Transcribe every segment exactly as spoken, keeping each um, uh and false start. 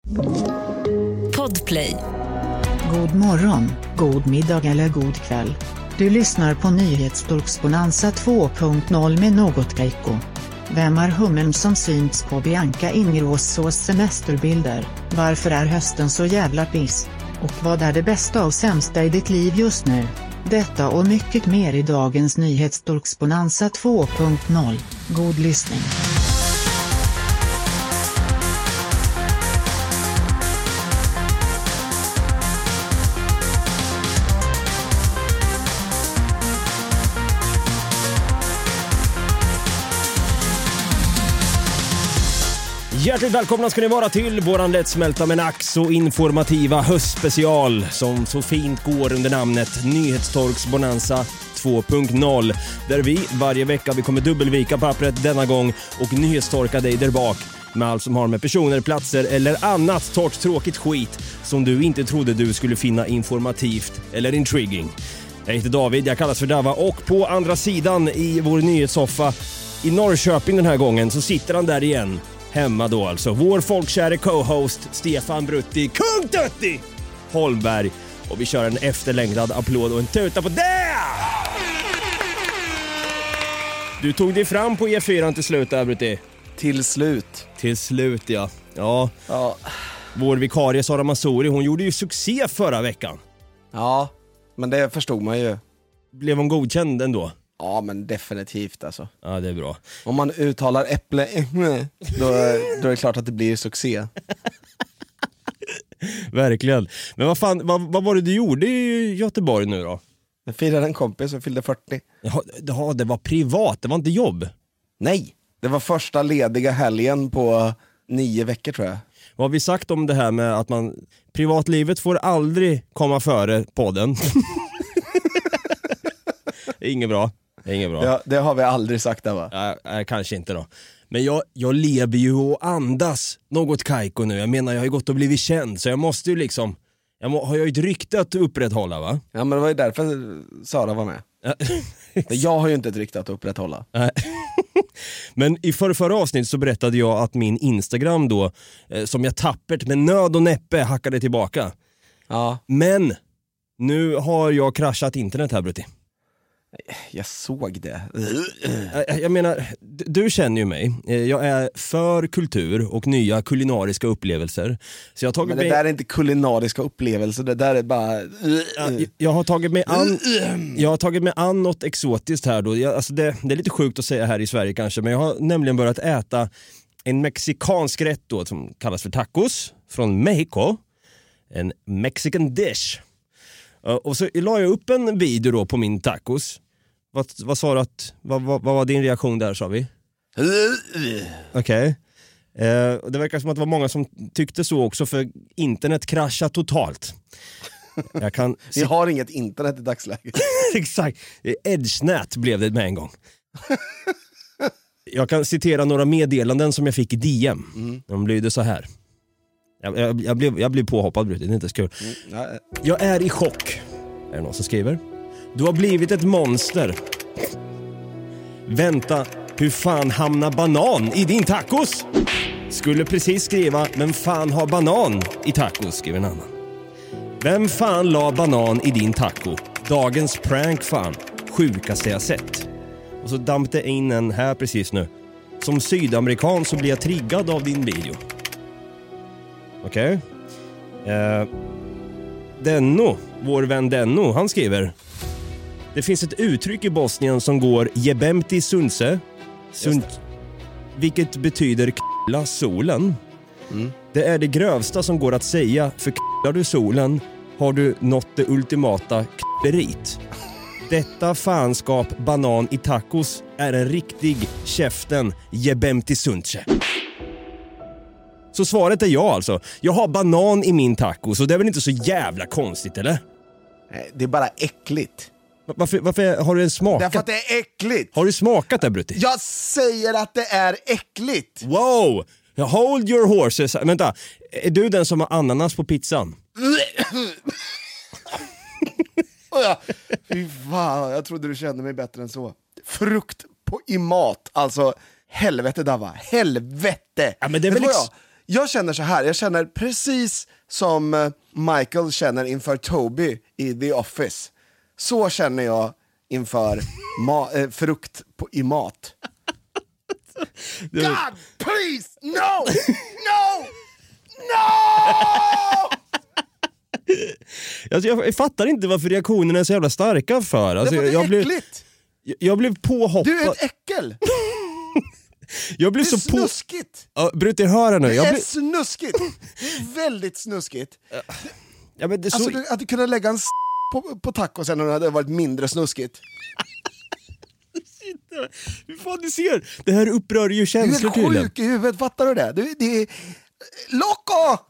Podplay. God morgon, god middag eller god kväll. Du lyssnar på Nyhetstorksbonanza två punkt noll med något Kaiko. Vem är hummen som synts på Bianca Ingrossos semesterbilder? Varför är hösten så jävla piss? Och vad är det bästa och sämsta i ditt liv just nu? Detta och mycket mer i dagens Nyhetstorksbonanza två punkt noll. God lyssning. Hjärtligt välkomna ska ni vara till våran lättsmälta men ack så informativa höstspecial som så fint går under namnet Nyhetstorksbonanza två punkt noll, där vi varje vecka vi kommer dubbelvika pappret denna gång och nyhetstorka dig där bak med allt som har med personer, platser eller annat torrt tråkigt skit som du inte trodde du skulle finna informativt eller intriguing. Jag heter David, jag kallas för Dava, och på andra sidan i vår nyhetssoffa i Norrköping den här gången så sitter han där igen. Hemma då alltså, vår folkkäre co-host Stefan Brutti, Kung Tutti Holmberg. Och vi kör en efterlängtad applåd och en tuta på det! Du tog dig fram på E fyra till slut där, Brutti. Till slut. Till slut, ja. Ja. Ja. Vår vikarie Sara Masuri, hon gjorde ju succé förra veckan. Ja, men det förstod man ju. Blev hon godkänd ändå? Ja, men definitivt alltså. Ja, det är bra. Om man uttalar äpple, då, då är det klart att det blir succé. Verkligen. Men vad fan, vad, vad var det du gjorde i Göteborg nu då? Jag firade en kompis som fyllde fyrtio. Ja, ja, det var privat, det var inte jobb. Nej, det var första lediga helgen på nio veckor tror jag. Vad har vi sagt om det här med att man privatlivet får aldrig komma före podden? Det är inget bra. Det är inget bra. Ja, det har vi aldrig sagt där, va? Ja, äh, kanske inte då. Men jag, jag lever ju och andas något Kaiko nu. Jag menar, jag har ju gått och blivit känd, så jag måste ju liksom... Jag må, har jag ju ett rykte att upprätthålla, va? Ja, men det var ju därför Sara var med. Jag har ju inte ett rykte att upprätthålla. Men i förra, förra avsnitt så berättade jag att min Instagram då, eh, som jag tappert med nöd och näppe hackade tillbaka. Ja. Men nu har jag kraschat internet här, Brutti. Jag såg det. Jag menar, du känner ju mig. Jag är för kultur och nya kulinariska upplevelser. Så jag har tagit Men det mig... där är inte kulinariska upplevelser, det där är bara... Jag, jag har tagit mig an... Jag har tagit mig an något exotiskt här då. Jag, alltså det, det är lite sjukt att säga här i Sverige kanske, men jag har nämligen börjat äta en mexikansk rätt då som kallas för tacos från Mexico. En Mexican dish. Och så la jag upp en video då på min tacos. Vad, vad sa du att, vad, vad, vad var din reaktion där, sa vi? Okej. Okay. Eh, det verkar som att det var många som tyckte så också, för internet kraschade totalt. Jag kan... Vi har inget internet i dagsläget. Exakt. Edge-nät blev det med en gång. Jag kan citera några meddelanden som jag fick i D M. Mm. De lyder så här. Jag, jag, jag, blev, jag blev påhoppad, Brutti, det är inte så kul. Mm, jag är i chock. Är det någon som skriver? Du har blivit ett monster. Vänta, hur fan hamnar banan i din tacos? Skulle precis skriva, men fan har banan i tacos, skriver en annan. Vem fan la banan i din taco? Dagens prank fan. Sjukaste jag sett. Och så dampte in en här precis nu. Som sydamerikan så blir jag triggad av din video. Okej. Okay. Eh, Denno, vår vän Denno, han skriver: det finns ett uttryck i Bosnien som går jebemti sunse, sunt, vilket betyder killa solen. Mm. Det är det grövsta som går att säga, för killar du solen har du nått det ultimata killerit. Detta fanskap banan i tacos är en riktig käften jebemti sunse. Så svaret är ja alltså. Jag har banan i min taco, så det är väl inte så jävla konstigt, eller? Nej, det är bara äckligt. Varför, varför har du en smakat? Därför att det är äckligt. Har du smakat det, Brutti? Jag säger att det är äckligt. Wow! Hold your horses. Vänta, är du den som har ananas på pizzan? Oh ja. Fy fan, jag trodde du kände mig bättre än så. Frukt på, i mat, alltså helvete Dava, helvete. Ja, men det är väl jag, ex- Jag känner så här, jag känner precis som Michael känner inför Toby i The Office. Så känner jag inför ma- äh, frukt på, i mat. God, please, no, no, no! Alltså jag, jag fattar inte varför reaktionerna är så jävla starka för. Alltså, det är jag, blev, äckligt. jag, jag blev påhoppad. Du är ett äckel. Jag blev det är så på... snuskigt. Ja, Brutti, hör här nu. Det jag är blev... snuskigt. Det är väldigt snuskigt. Ja, men det är så... Alltså, du, att du kunde lägga en s- på, på tacosen och det hade varit mindre snuskigt. Hur fan du ser? Det här upprör ju känslor tydligen. Du är tydligen. helt sjuk i huvudet, fattar du det? Du, det är... Loco!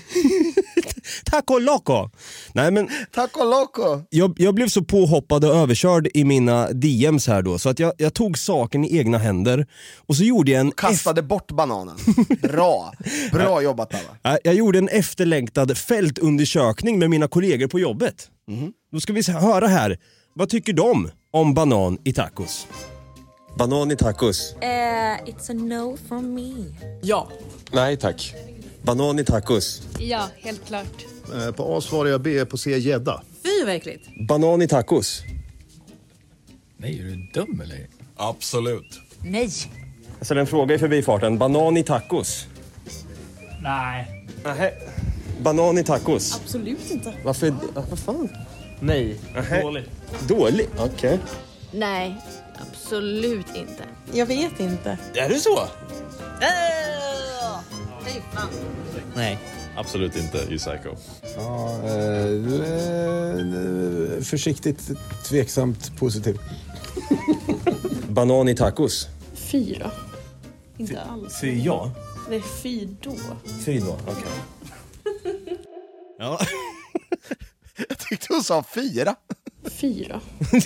Taco loco. Nej men Taco loco. jag, jag blev så påhoppad och överkörd i mina D Ms här då, så att jag, jag tog saken i egna händer och så gjorde jag en Kastade eff- bort bananen. Bra. Bra jobbat där, va? Jag gjorde en efterlängtad fältundersökning med mina kollegor på jobbet. Mm. Då ska vi höra här. Vad tycker de om banan i tacos? Banan i tacos. Uh, it's a no from me. Ja. Nej tack. Banan i tacos. Ja, helt klart. Eh, På A svarar jag B, på C gädda. Fy vad äckligt. Banan i tacos. Nej, är du dum eller? Absolut. Nej. Jag ställer en fråga i förbifarten. Banan i tacos. Nej. Nähä. Banan i tacos. Absolut inte. Varför? Vad fan? Nej. Nähä. Dåligt. Dålig? Okej. Okay. Nej, absolut inte. Jag vet inte. Är det så? Fy fan. Nej. Absolut inte, you psycho. Ja, eh, eh, försiktigt, tveksamt, positiv. Banan i tacos. Fyra. Inte alls. Fy ja. Nej, fy då. Fy då, okej. Okay. Ja. Jag tyckte hon sa fyra. Fyra.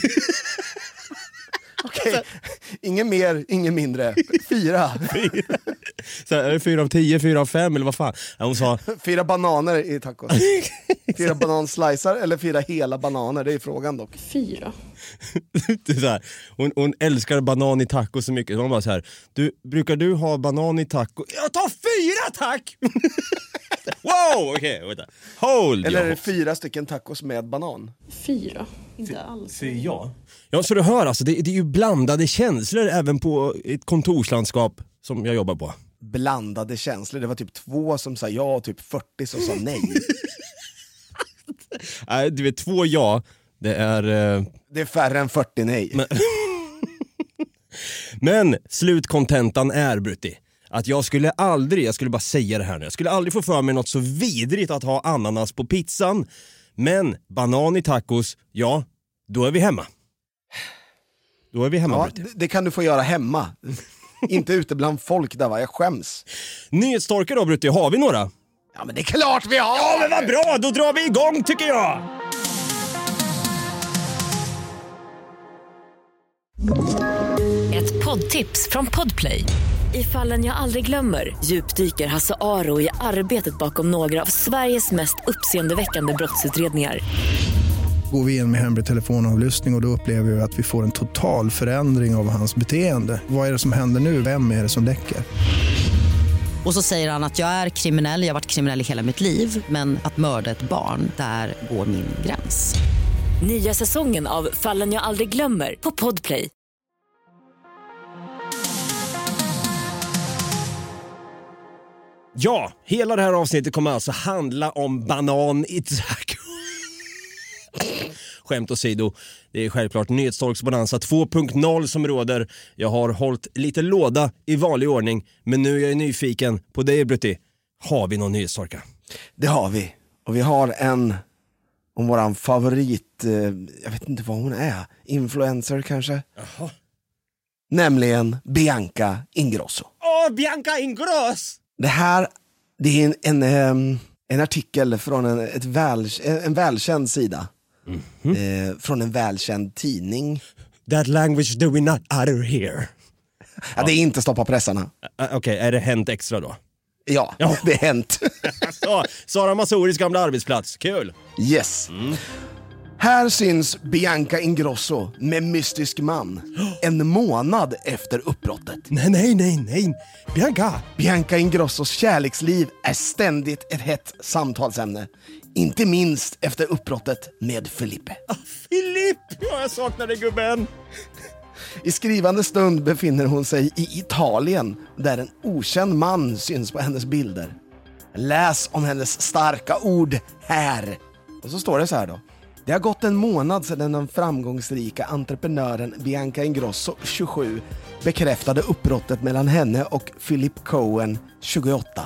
Okej, okay. Ingen mer, ingen mindre. Fyra. Fyra. Så är det fyra av tio, fyra av fem eller vad fan? Ja, hon sa... Fyra bananer i tacos. Fyra bananslicer eller fyra hela bananer, det är frågan dock. Fyra. Det är så här, hon, hon älskar banan i tacos så mycket. Hon bara så här, du, brukar du ha banan i taco? Jag tar fyra, tack! Wow, okej, okay, vänta. Hold eller är det fyra stycken tacos med banan? Fyra. Inte alls. Fy ja. Ja, så du hör alltså, det, det är ju blandade känslor även på ett kontorslandskap som jag jobbar på. Blandade känslor, det var typ två som sa ja och typ fyrtio som sa nej. Nej, du vet, två ja, det är... Uh... Det är färre än fyrtio nej. Men, Men slutkontentan är, Brutti, att jag skulle aldrig, jag skulle bara säga det här nu, jag skulle aldrig få för mig något så vidrigt att ha ananas på pizzan. Men banan i tacos, ja, då är vi hemma. Då är vi hemma, ja, Brutti. det, det kan du få göra hemma. Inte ute bland folk där, va? Jag skäms. Nyhetstorkar då, Brutti, har vi några? Ja, men det är klart vi har! Ja, men vad bra, då drar vi igång tycker jag! Ett poddtips från Podplay. I Fallen jag aldrig glömmer djupdyker Hasse Aro i arbetet bakom några av Sveriges mest uppseendeväckande brottsutredningar. Går vi in med hemlig telefonavlyssning och, och då upplever vi att vi får en total förändring av hans beteende. Vad är det som händer nu? Vem är det som läcker? Och så säger han att jag är kriminell, jag har varit kriminell i hela mitt liv. Men att mörda ett barn, där går min gräns. Nya säsongen av Fallen jag aldrig glömmer på Podplay. Ja, hela det här avsnittet kommer alltså handla om banan i taco. Skämt åsido, det är självklart Nyhetstorksbonanza två punkt noll som råder. Jag har hållit lite låda i vanlig ordning, men nu är jag nyfiken på dig, Brutti. Har vi någon nyhetstorka? Det har vi. Och vi har en om våran favorit, eh, jag vet inte vad hon är, influencer kanske. Jaha. Nämligen Bianca Ingrosso. Åh, Bianca Ingrosso! Det här, det är en, en, en artikel från en, ett väl, en välkänd sida. Mm-hmm. Eh, från en välkänd tidning. That language do we not utter here. Ja, det är inte stoppa pressarna. Uh, Okej, okay, är det Hänt Extra då? Ja, ja. Det är Hänt. Så, Sara Masouris gamla arbetsplats, kul. Yes. Mm. Här syns Bianca Ingrosso med mystisk man en månad efter uppbrottet. Nej, nej, nej, nej. Bianca! Bianca Ingrossos kärleksliv är ständigt ett hett samtalsämne. Inte minst efter uppbrottet med Felipe. Ah, Felipe! Ja, jag saknar dig, gubben. I skrivande stund befinner hon sig i Italien där en okänd man syns på hennes bilder. Läs om hennes starka ord här. Och så står det så här då. Det har gått en månad sedan den framgångsrika entreprenören Bianca Ingrosso, tjugosju, bekräftade uppbrottet mellan henne och Philip Cohen, tjugoåtta.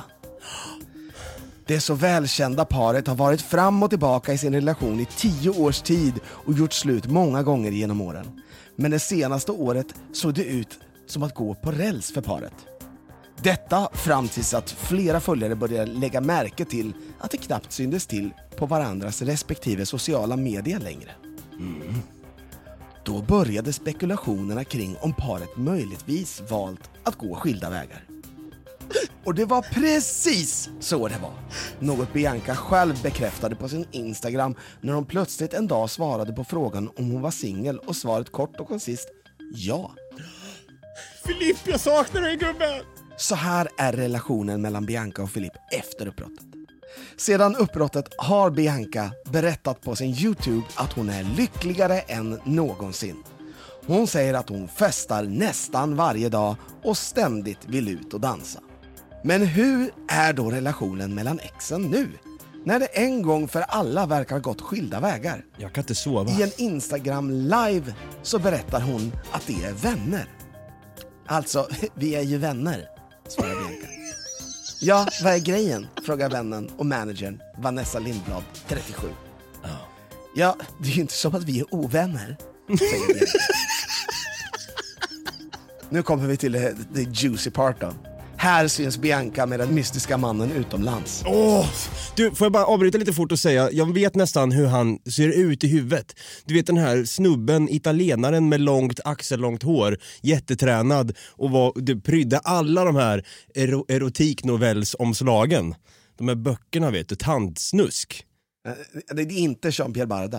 Det så välkända paret har varit fram och tillbaka i sin relation i tio års tid och gjort slut många gånger genom åren. Men det senaste året såg det ut som att gå på räls för paret. Detta fram tills att flera följare började lägga märke till att det knappt syntes till på varandras respektive sociala medier längre. Mm. Då började spekulationerna kring om paret möjligtvis valt att gå skilda vägar. Och det var precis så det var. Något Bianca själv bekräftade på sin Instagram när hon plötsligt en dag svarade på frågan om hon var singel och svaret kort och koncist ja. Filip, jag saknar dig, gubben! Så här är relationen mellan Bianca och Filip efter uppbrottet. Sedan uppbrottet har Bianca berättat på sin YouTube att hon är lyckligare än någonsin. Hon säger att hon festar nästan varje dag och ständigt vill ut och dansa. Men hur är då relationen mellan exen nu? När det en gång för alla verkar ha gått skilda vägar. Jag kan inte sova. I en Instagram live så berättar hon att de är vänner. Alltså, vi är ju vänner, svarar Bianca. Ja, vad är grejen? Frågar vännen och managern Vanessa Lindblad, trettiosju. Oh. Ja, det är ju inte som att vi är ovänner, säger Bianca. Nu kommer vi till the, the juicy part då. Här syns Bianca med den mystiska mannen utomlands. Åh, oh, du, får jag bara avbryta lite fort och säga, jag vet nästan hur han ser ut i huvudet. Du vet den här snubben, italienaren med långt axellångt hår, jättetränad och var, du prydde alla de här ero, erotiknovellsomslagen. De här böckerna, vet du, tandsnusk. Det är inte Jean-Pierre Barda.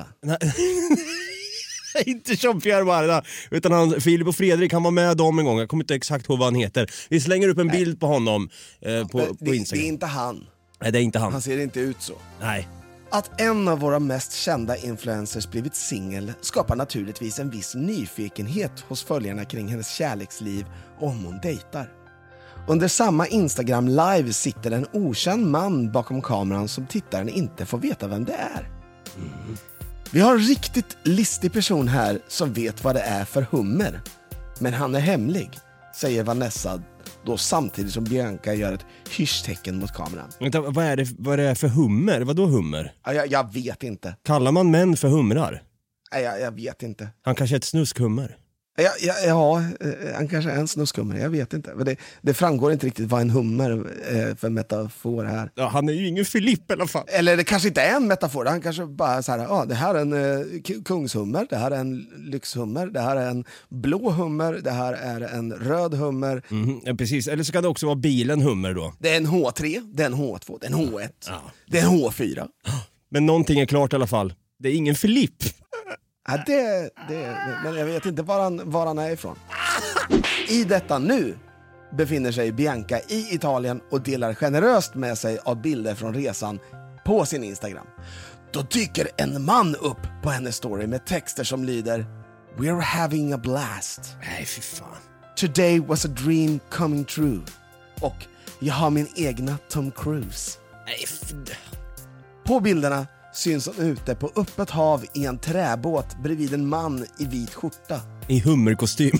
Inte Jean-Pierre Barda, utan han, Filip och Fredrik, han var med dem en gång. Jag kommer inte exakt ihåg vad han heter. Vi slänger upp en Nej. bild på honom eh, på, det, på Instagram. Det är inte han. Nej, det är inte han. Han ser inte ut så. Nej. Att en av våra mest kända influencers blivit singel skapar naturligtvis en viss nyfikenhet hos följarna kring hennes kärleksliv och om hon dejtar. Under samma Instagram live sitter en okänd man bakom kameran som tittaren inte får veta vem det är. Mm. Vi har en riktigt listig person här som vet vad det är för hummer. Men han är hemlig, säger Vanessa då samtidigt som Bianca gör ett hyschtecken mot kameran. Vänta, vad är det, vad är det för hummer? Vad då hummer? Ja, jag, jag vet inte. Kallar man män för humrar? Ja, jag, jag vet inte. Han kanske är ett snuskhummer. Ja, ja, ja, han kanske är en snuskhummer, jag vet inte. Det, det framgår inte riktigt vad en hummer är för metafor här. Ja, han är ju ingen Filip i alla fall. Eller det kanske inte är en metafor, han kanske bara så här, ja, det här är en uh, kungshummer, det här är en lyxhummer, det här är en blå hummer, det här är en röd hummer. Mm, ja, precis, eller så kan det också vara bilen hummer då. Det är en H tre, det är en H två, det är en H ett, ja. Det är en H fyra. Men någonting är klart i alla fall, det är ingen Filip. Ja, det, det, men jag vet inte var han, var han är ifrån. I detta nu befinner sig Bianca i Italien och delar generöst med sig av bilder från resan på sin Instagram. Då dyker en man upp på hennes story med texter som lyder We're having a blast. Nej, fy fan. Today was a dream coming true. Och jag har min egna Tom Cruise. Nej, f- på bilderna syns hon ute på öppet hav i en träbåt bredvid en man i vit skjorta. I hummerkostym.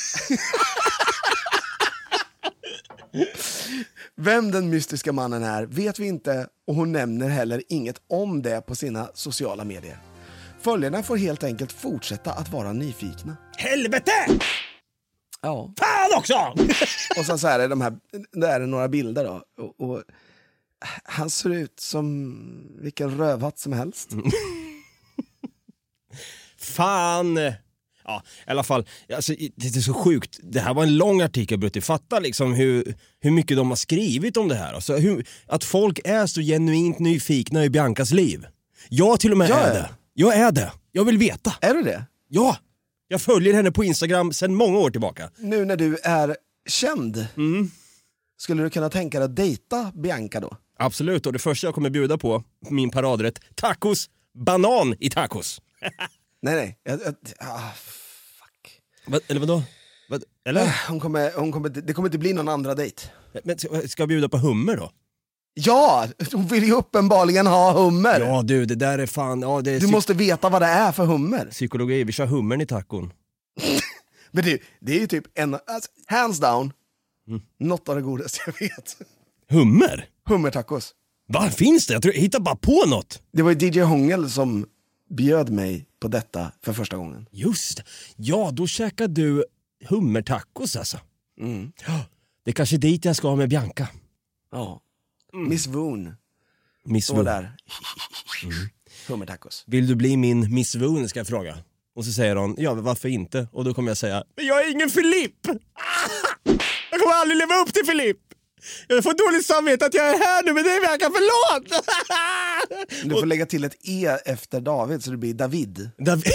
Vem den mystiska mannen är vet vi inte och hon nämner heller inget om det på sina sociala medier. Följarna får helt enkelt fortsätta att vara nyfikna. Helvete! Ja. Fan också! Och sen så är det de här, där är det några bilder då. Och, och han ser ut som vilken rövhatt som helst. Mm. Fan! Ja, i alla fall, alltså, det är så sjukt. Det här var en lång artikel, Brutti. Fatta liksom hur, hur mycket de har skrivit om det här. Alltså, hur, att folk är så genuint nyfikna i Biancas liv. Jag till och med jag är det. Jag är det. Jag vill veta. Är du det? Ja, jag följer henne på Instagram sedan många år tillbaka. Nu när du är känd, mm. skulle du kunna tänka dig att dejta Bianca då? Absolut, och det första jag kommer bjuda på, min paradrätt, tacos, banan i tacos. nej, nej. Jag, jag, ah, fuck. Va, eller vadå? Vad, eller? Hon kommer, hon kommer, det kommer inte bli någon andra dejt. Men ska, ska jag bjuda på hummer då? Ja, hon vill ju uppenbarligen ha hummer. Ja du, det där är fan... Ja, det är du psy- måste veta vad det är för hummer. Psykologi, vi kör hummern i tacon. Men det, det är ju typ en... Alltså, hands down, mm. något av det godaste jag vet. Hummer? Hummertacos. Vad finns det? Jag, tror, jag hittar bara på något. Det var ju D J Hångel som bjöd mig på detta för första gången. Just det. Ja, då käkar du hummertacos alltså. Mm. Det är kanske dit jag ska ha med Bianca. Ja. Mm. Miss Woon. Miss Står Woon. där. Mm. Hummertacos. Vill du bli min Miss Woon, ska jag fråga. Och så säger hon, ja varför inte? Och då kommer jag säga, men jag är ingen Filip! Jag kommer aldrig leva upp till Filip! Jag får dåligt samvete att jag är här nu, men det är Bianca, förlåt! Du får lägga till ett E efter David så det blir David. David.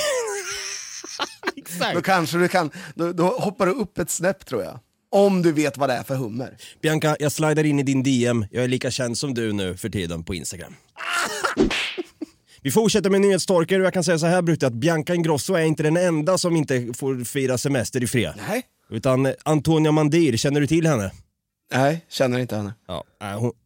Exakt. Då kanske du kan, då, då hoppar du upp ett snäpp tror jag. Om du vet vad det är för hummer. Bianca, jag slidar in i din D M. Jag är lika känd som du nu för tiden på Instagram. Vi fortsätter med nyhetstorker och jag kan säga så här Brutte, att Bianca Ingrosso är inte den enda som inte får fira semester i fred. Nej. Utan Antonia Mandir, känner du till henne? Nej, känner inte henne. Ja, äh, hon...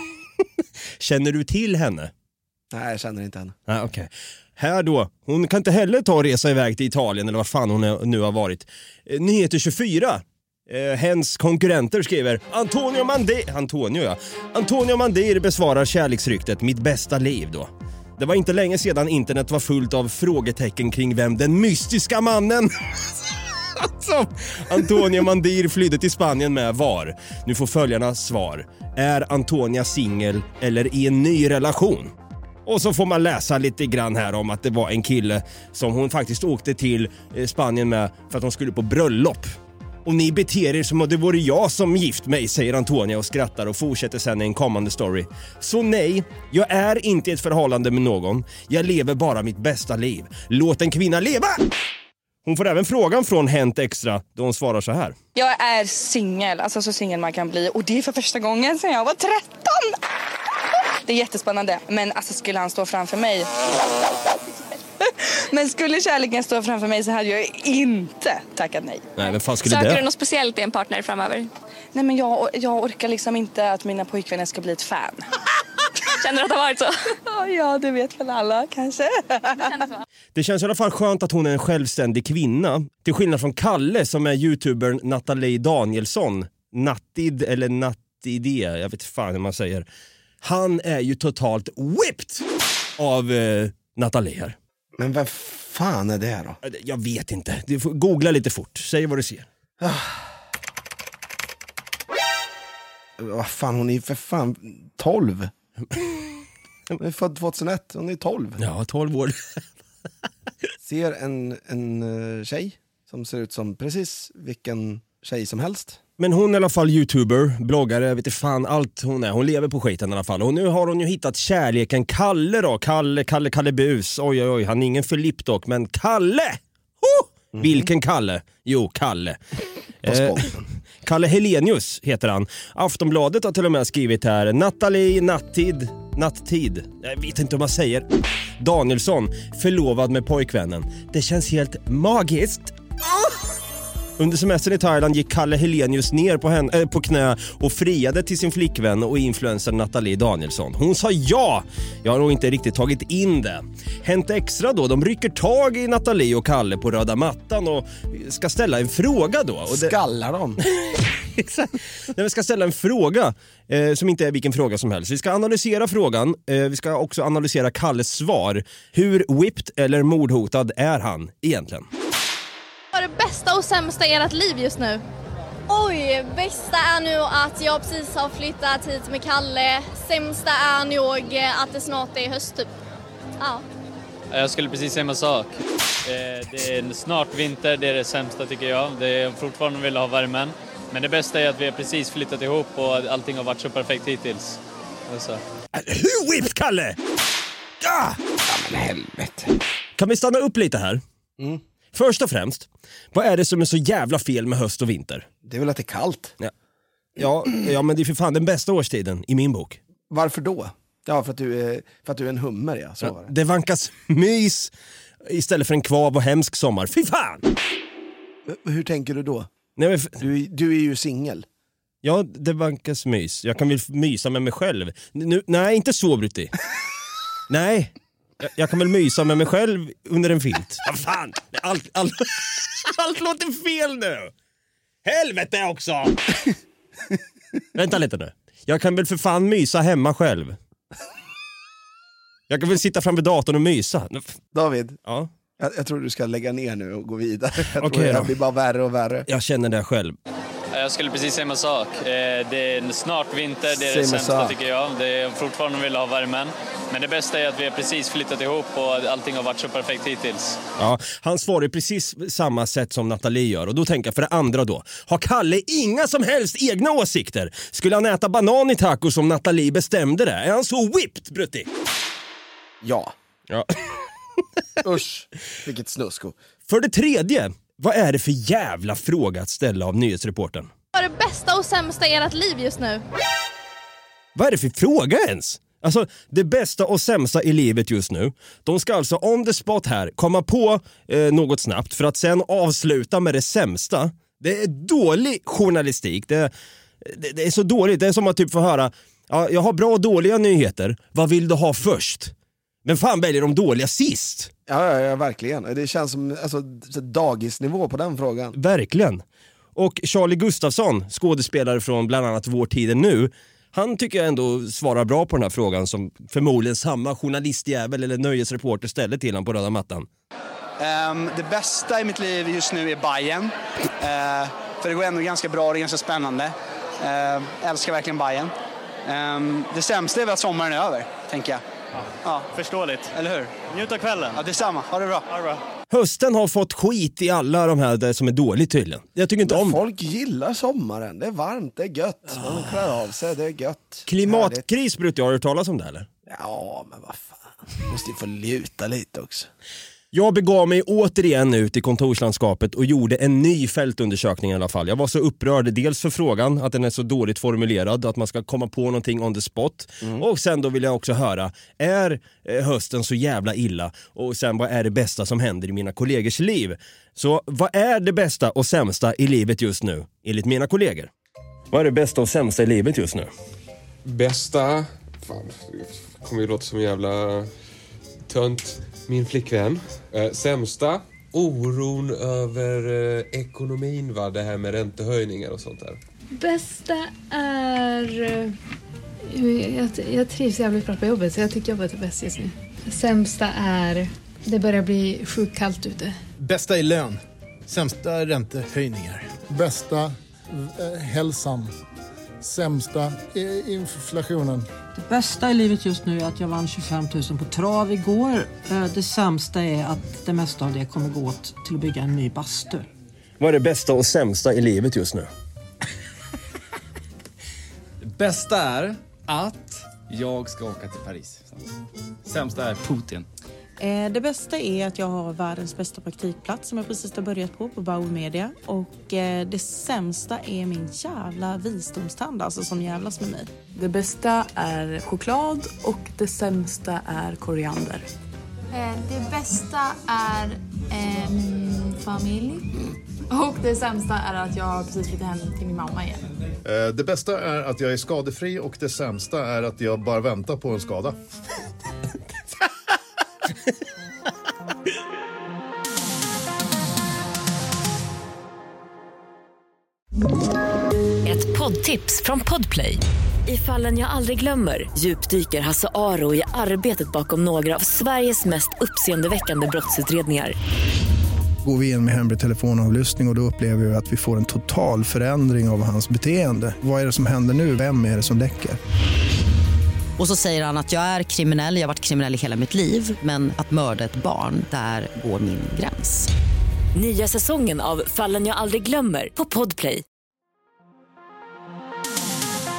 Känner du till henne? Nej, jag känner inte henne. Nej, okej. Okay. Här då, hon kan inte heller ta och resa iväg till Italien eller vad fan hon är, nu har varit. Eh, Nyheter tjugofyra. Eh, hens konkurrenter skriver Antonio Mandir, Antonio ja. Antonio Mandir besvarar kärleksryktet mitt bästa liv då. Det var inte länge sedan internet var fullt av frågetecken kring vem den mystiska mannen alltså, Antonio Mandir flydde till Spanien med var. Nu får följarna svar. Är Antonia singel eller i en ny relation? Och så får man läsa lite grann här om att det var en kille som hon faktiskt åkte till Spanien med för att hon skulle på bröllop. Och ni beter er som att det vore jag som gift mig, säger Antonia och skrattar och fortsätter sen i en kommande story. Så nej, jag är inte i ett förhållande med någon. Jag lever bara mitt bästa liv. Låt en kvinna leva! Hon får även frågan från Hänt Extra då hon svarar så här. Jag är singel, alltså så singel man kan bli. Och det är för första gången sedan jag var tretton. Det är jättespännande, men alltså skulle han stå framför mig... Men skulle kärleken stå framför mig så hade jag inte tackat nej. Nej, men fan skulle Söker det? du något speciellt i en partner framöver? Nej, men jag, jag orkar liksom inte att mina pojkvänner ska bli ett fan. Känner du att det har varit så? Ja, det vet väl alla kanske. Det känns i alla fall skönt att hon är en självständig kvinna. Till skillnad från Kalle som är youtubern Nathalie Danielsson. Nattid eller Nattidé, jag vet fan hur man säger. Han är ju totalt whipped av eh, Nathalie här. Men vad fan är det då? Jag vet inte. Du får googla lite fort. Säg vad du ser. Ah. Vad fan, hon är för fan tolv. Hon är född tjugohundraett, hon är tolv. Ja, tolv år. Ser en, en tjej som ser ut som precis vilken tjej som helst. Men hon är i alla fall youtuber, bloggare, vet inte fan allt hon är. Hon lever på skiten i alla fall. Och nu har hon ju hittat kärleken Kalle då. Kalle, Kalle, Kalle Bus. Oj, oj, oj. Han är ingen Filip dock, men Kalle! Oh! Mm. Vilken Kalle? Jo, Kalle. eh, Kalle Helenius heter han. Aftonbladet har till och med skrivit här. Nathalie, nattid, nattid. Jag vet inte hur man säger. Danielsson, förlovad med pojkvännen. Det känns helt magiskt. Under semestern i Thailand gick Kalle Helenius ner på, henne, äh, på knä och friade till sin flickvän och influencer Nathalie Danielsson. Hon sa ja! Jag har nog inte riktigt tagit in det. Hänt Extra då, de rycker tag i Nathalie och Kalle på röda mattan och ska ställa en fråga då. Och det... Skallar de? Exakt. Vi ska ställa en fråga eh, som inte är vilken fråga som helst. Vi ska analysera frågan. Eh, vi ska också analysera Kalles svar. Hur whipped eller mordhotad är han egentligen? Vad är det bästa och sämsta i ert liv just nu? Oj, bästa är nog att jag precis har flyttat hit med Kalle. Sämsta är nog att det snart är höst typ. Ja. Jag skulle precis säga samma sak. Det är snart vinter, det är det sämsta tycker jag. Det är fortfarande vill ha värmen. Men det bästa är att vi har precis flyttat ihop och allting har varit så perfekt hittills. Alltså. Hur whipped, Kalle? Ja! Ja men helvete. Kan vi stanna upp lite här? Mm. Först och främst, vad är det som är så jävla fel med höst och vinter? Det är väl att det är kallt. Ja, ja, ja men det är för fan den bästa årstiden i min bok. Varför då? Ja, för att du är, för att du är en hummer, ja. Så Ja, var det. det vankas mys istället för en kvav och hemsk sommar. Fy fan! Hur tänker du då? Nej, men f- Du, du är ju singel. ja, det vankas mys. Jag kan väl mysa med mig själv. Nu, nej, inte så, Brutti. Nej, jag, jag kan väl mysa med mig själv under en filt. Vad fan? Allt, allt, allt låter fel nu. Helvete också! Vänta lite nu. Jag kan väl för fan mysa hemma själv. Jag kan väl sitta framför datorn och mysa. David, Ja, jag, jag tror du ska lägga ner nu och gå vidare. Jag Okej tror det då. här blir bara värre och värre. jag känner det själv. Jag skulle precis säga samma sak. Eh, Det är snart vinter, det är det Same sämsta sak. tycker jag. Det är fortfarande vill ha värmen. Men det bästa är att vi har precis flyttat ihop och allting har varit så perfekt hittills. Ja, han svarar ju precis samma sätt som Nathalie gör. Och då tänker jag för det andra då. Har Kalle inga som helst egna åsikter? Skulle han äta banan i tacos som Nathalie bestämde det? Är han så whipped, Brutti? Ja. Ja. Usch, vilket snusko. För det tredje, vad är det för jävla fråga att ställa av nyhetsreportern? Vad är det bästa och sämsta i ert liv just nu? Vad är det för fråga ens? Alltså, det bästa och sämsta i livet just nu. De ska alltså on the spot här komma på eh, något snabbt för att sen avsluta med det sämsta. Det är dålig journalistik. Det, det, det är så dåligt. Det är som att typ få höra, ja, jag har bra och dåliga nyheter. Vad vill du ha först? Men fan väljer de dåliga sist? Ja, ja, ja, verkligen. Det känns som alltså, så dagisnivå på den frågan. Verkligen. Och Charlie Gustafsson, skådespelare från bland annat Vår tid är nu, han tycker jag ändå svarar bra på den här frågan som förmodligen samma journalistjävel eller nöjesreporter ställer till honom på röda mattan. Um, det bästa i mitt liv just nu är Bayern. Uh, för det går ändå ganska bra och det är ganska spännande. Uh, älskar verkligen Bayern. Um, det sämsta är väl att sommaren är över, tänker jag. Ja. Ja. Förståeligt. Eller hur? Njut av kvällen. Ja, detsamma. Ha det bra. Ha det bra. Hösten har fått skit i alla de här där som är dåligt tydligen. Jag tycker inte Men om folk gillar sommaren. Det är varmt, det är gött. Man klär av sig, det är gött. Klimatkris brukar jag ha hört talas om det eller? Ja, men vad fan. Måste ju få luta lite också. Jag begav mig återigen ut i kontorslandskapet och gjorde en ny fältundersökning i alla fall. Jag var så upprörd, dels för frågan att den är så dåligt formulerad, att man ska komma på någonting on the spot. Mm. Och sen då vill jag också höra, är hösten så jävla illa? Och sen, vad är det bästa som händer i mina kollegors liv? Så vad är det bästa och sämsta i livet just nu, enligt mina kollegor? Vad är det bästa och sämsta i livet just nu? Bästa... Fan, det kommer ju låta som en jävla tönt. Min flickvän. Eh, sämsta, oron över eh, ekonomin, va? Det här med räntehöjningar och sånt där. Bästa är... eh, Jag, jag trivs jävligt bra på jobbet så jag tycker jobbet är bäst just nu. Sämsta är... Det börjar bli sjukt kallt ute. Bästa är lön. Sämsta räntehöjningar. Bästa eh, hälsan. Sämsta eh, inflationen. Det bästa i livet just nu är att jag vann tjugofem tusen på trav igår. Det sämsta är att det mesta av det kommer gå åt till att bygga en ny bastu. Vad är det bästa och sämsta i livet just nu? Det bästa är att jag ska åka till Paris. Sämsta är Putin. Det bästa är att jag har världens bästa praktikplats som jag precis har börjat på på Bauer Media. Och det sämsta är min jävla visdomstand, alltså som jävlas med mig. Det bästa är choklad och det sämsta är koriander. Det bästa är en familj. Och det sämsta är att jag precis flyttat hem till min mamma igen. Det bästa är att jag är skadefri och det sämsta är att jag bara väntar på en skada. Ett poddtips från Podplay. I Fallen jag aldrig glömmer djupdyker Hasse Aro i arbetet bakom några av Sveriges mest uppseendeväckande brottsutredningar. Går vi in med hemlig telefonavlyssning och, och då upplever vi att vi får en total förändring av hans beteende. Vad är det som händer nu? Vem är det som läcker? Och så säger han att jag är kriminell, jag har varit kriminell i hela mitt liv. Men att mörda ett barn, där går min gräns. Nya säsongen av Fallen jag aldrig glömmer på Podplay.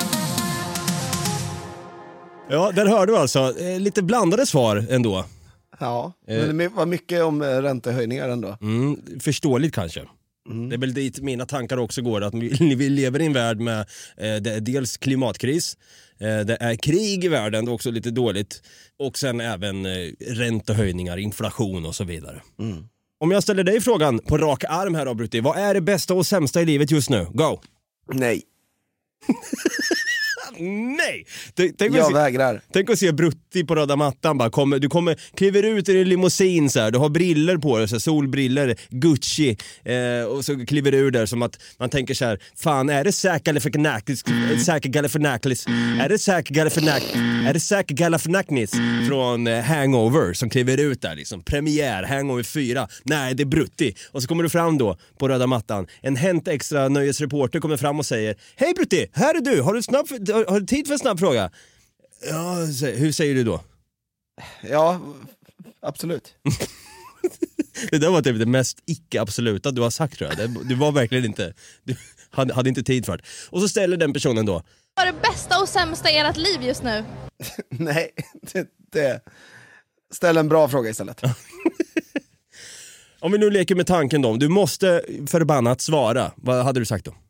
Ja, där hör du alltså. Eh, lite blandade svar ändå. Ja, men det var mycket om räntehöjningar ändå. Mm, förståeligt kanske. Mm. Det är väl dit mina tankar också går, att vi, vi lever i en värld med eh, det är dels klimatkris, eh, det är krig i världen, det är också lite dåligt, och sen även eh, räntehöjningar, inflation och så vidare. Mm. Om jag ställer dig frågan på rak arm här då, Brutti, vad är det bästa och sämsta i livet just nu? Go! Nej. Nej! Tänk, tänk jag se, vägrar. Tänk att se Brutti på röda mattan bara, kommer, du kommer, kliver ut i din limousin så här, du har briller på dig, så här, solbriller, Gucci, eh, och så kliver du ur där som att man tänker så här: fan, är det Zac Galifianakis, Zac Galifianakis, är det Zac Galifianakis, är det Zac Galifianakis från eh, Hangover som kliver ut där liksom, premiär, Hangover fyra, nej det är Brutti, och så kommer du fram då på röda mattan, en Hänt Extra nöjesreporter kommer fram och säger: hej Brutti, här är du, har du snabb Har du tid för en snabb fråga? Ja, hur säger du då? Ja, absolut. Det där var typ det mest icke-absoluta du har sagt, tror jag. Du var verkligen inte, du hade, hade inte tid för det. Och så ställer den personen då: vad är det bästa och sämsta i ert liv just nu? Nej, det, det... Ställ en bra fråga istället. Om vi nu leker med tanken då, du måste förbannat svara. Vad hade du sagt då?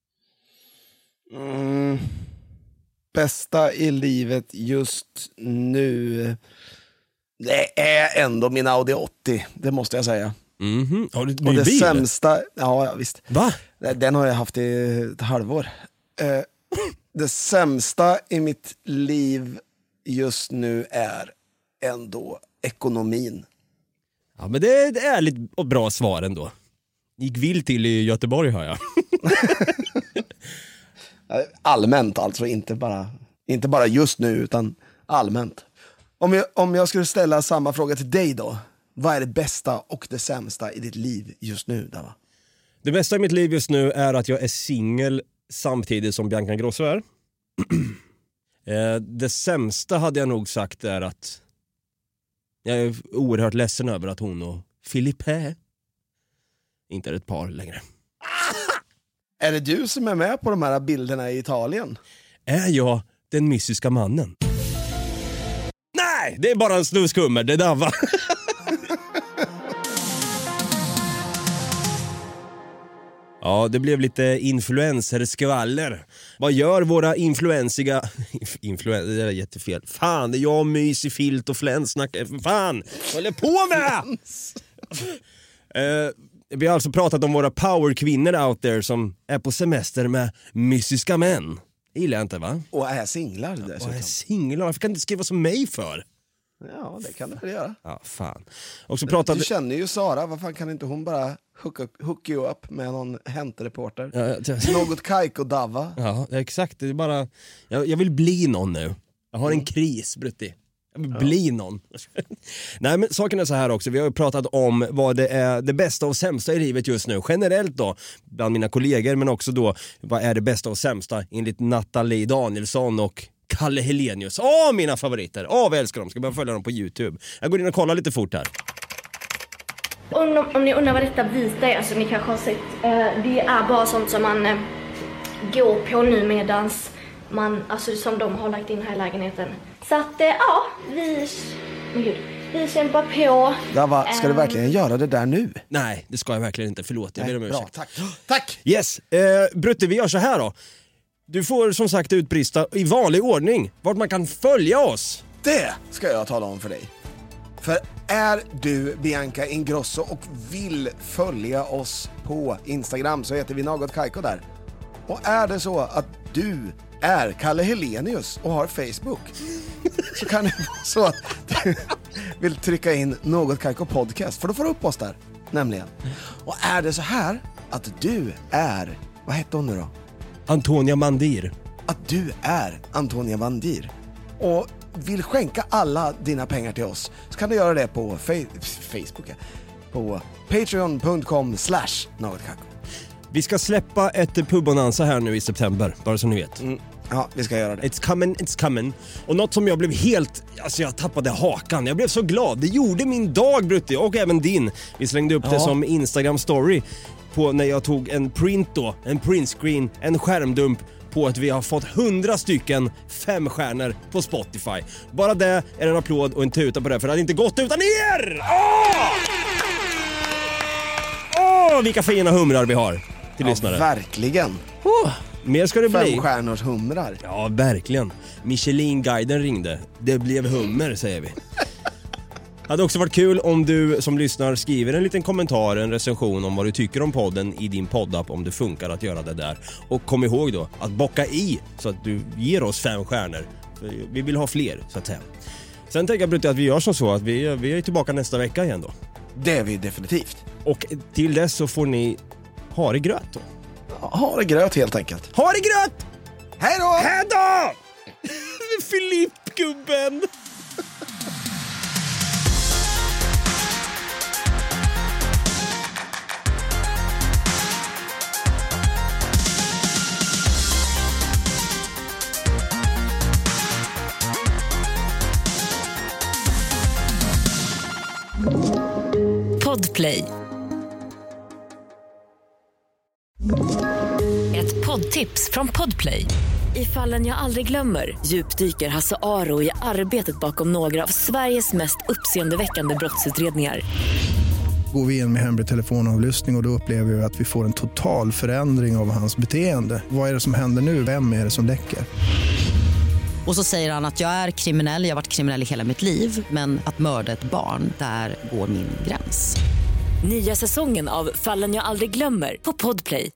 Mm, bästa i livet just nu, det är ändå min Audi åttio, det måste jag säga. Mm-hmm. Har du och det bil? sämsta, ja visst. Va? Den har jag haft i ett halvår. Eh, det sämsta i mitt liv just nu är ändå ekonomin. Ja, men det är ett ärligt och bra svar ändå. Gick vill till i Göteborg, hör jag. Allmänt alltså, inte bara, inte bara just nu utan allmänt. Om jag, om jag skulle ställa samma fråga till dig då, vad är det bästa och det sämsta i ditt liv just nu, Dava? Det bästa i mitt liv just nu är att jag är singel samtidigt som Bianca Ingrosso är. Det sämsta hade jag nog sagt är att jag är oerhört ledsen över att hon och Filippe inte är ett par längre. Är det du som är med på de här bilderna i Italien? Är jag den mystiska mannen? Nej, det är bara en snuskummer, det där va. Ja, det blev lite influencer-skvaller. Vad gör våra influensiga... Influencer, det är jättefel. Fan, det är jag, mys i filt och flänssnack. Fan, vad håller på med? uh, vi har alltså pratat om våra powerkvinnor out there som är på semester med mystiska män. Det gillar jag inte, va? Och är singlar dessutom. Och är singlar, varför kan du inte skriva som mig för? Ja, det kan du väl göra. Ja, fan. Och så pratade... Du känner ju Sara, vad fan kan inte hon bara hook, up, hook you up med någon Hänt-reporter? Ja, jag... Något Kaiko Dava. Ja, exakt. Det är bara... Jag, jag vill bli någon nu. Jag har en kris, Brutti. Jag vill ja. bli någon. Nej, men saken är så här också. Vi har ju pratat om vad det är det bästa och sämsta i livet just nu. Generellt då, bland mina kollegor, men också då, vad är det bästa och sämsta enligt Nathalie Danielsson och Kalle Helenius. Åh, mina favoriter. Åh, vad jag älskar dem. Ska bara följa dem på YouTube. Jag går in och kollar lite fort här. Om, om ni undrar vad detta vita är, alltså ni kanske har sett, eh, det är bara sånt som man eh, går på nu medans man, alltså som de har lagt in här i lägenheten. Så att, eh, ja, vi, oh Gud, vi kämpar på. Dava, ska du verkligen göra det där nu? Nej, det ska jag verkligen inte. Förlåt, jag ber om ursäkt. Tack. Tack! Yes, eh, Brutte, vi gör så här då. Du får som sagt utbrista i vanlig ordning vart man kan följa oss. Det ska jag tala om för dig. För är du Bianca Ingrosso och vill följa oss på Instagram så heter vi Något Kaiko där. Och är det så att du är Kalle Helenius och har Facebook så kan det vara så att du vill trycka in Något Kaiko podcast, för då får du upp oss där, nämligen. Och är det så här att du är, vad heter hon nu då? Antonia Mandir. Att du är Antonia Mandir och vill skänka alla dina pengar till oss, så kan du göra det på fe- Facebook, ja. På patreon punkt com slash Något Kaiko. Vi ska släppa ett pubbonanza här nu i september, bara så ni vet. Mm. Ja, vi ska göra det. It's coming, it's coming. Och något som jag blev helt... Alltså jag tappade hakan. Jag blev så glad. Det gjorde min dag, Brutti. Och även din. Vi slängde upp ja. det som Instagram-story på när jag tog en print då. En printscreen, en skärmdump på att vi har fått hundra stycken femstjärnor på Spotify. Bara det är en applåd och en tuta på det, för det hade inte gått utan er! Åh! Åh, vilka fina humrar vi har till Ja, lyssnare. verkligen. Oh, mer ska det bli. Femstjärnors humrar. Ja, verkligen. Michelin-guiden ringde. Det blev hummer, säger vi. Det hade också varit kul om du som lyssnar skriver en liten kommentar, en recension om vad du tycker om podden i din poddapp, om det funkar att göra det där. Och kom ihåg då att bocka i så att du ger oss fem stjärnor. Vi vill ha fler, så att säga. Sen tänker jag Brutte att vi gör som så att vi, vi är tillbaka nästa vecka igen då. Det är vi definitivt. Och till dess så får ni ha det gröt då. Ha det gröt helt enkelt. Ha det gröt! Hej då! Hej då! Filippgubben! Podplay. Ett poddtips från Podplay. I Fallen jag aldrig glömmer djupdyker Hasse Aro i arbetet bakom några av Sveriges mest uppseendeväckande brottsutredningar. Går vi in med hemlig telefonavlyssning och, och då upplever vi att vi får en total förändring av hans beteende. Vad är det som händer nu? Vem är det som läcker? Och så säger han att jag är kriminell, jag har varit kriminell i hela mitt liv. Men att mörda ett barn, där går min gräns. Nya säsongen av Fallen jag aldrig glömmer på Podplay.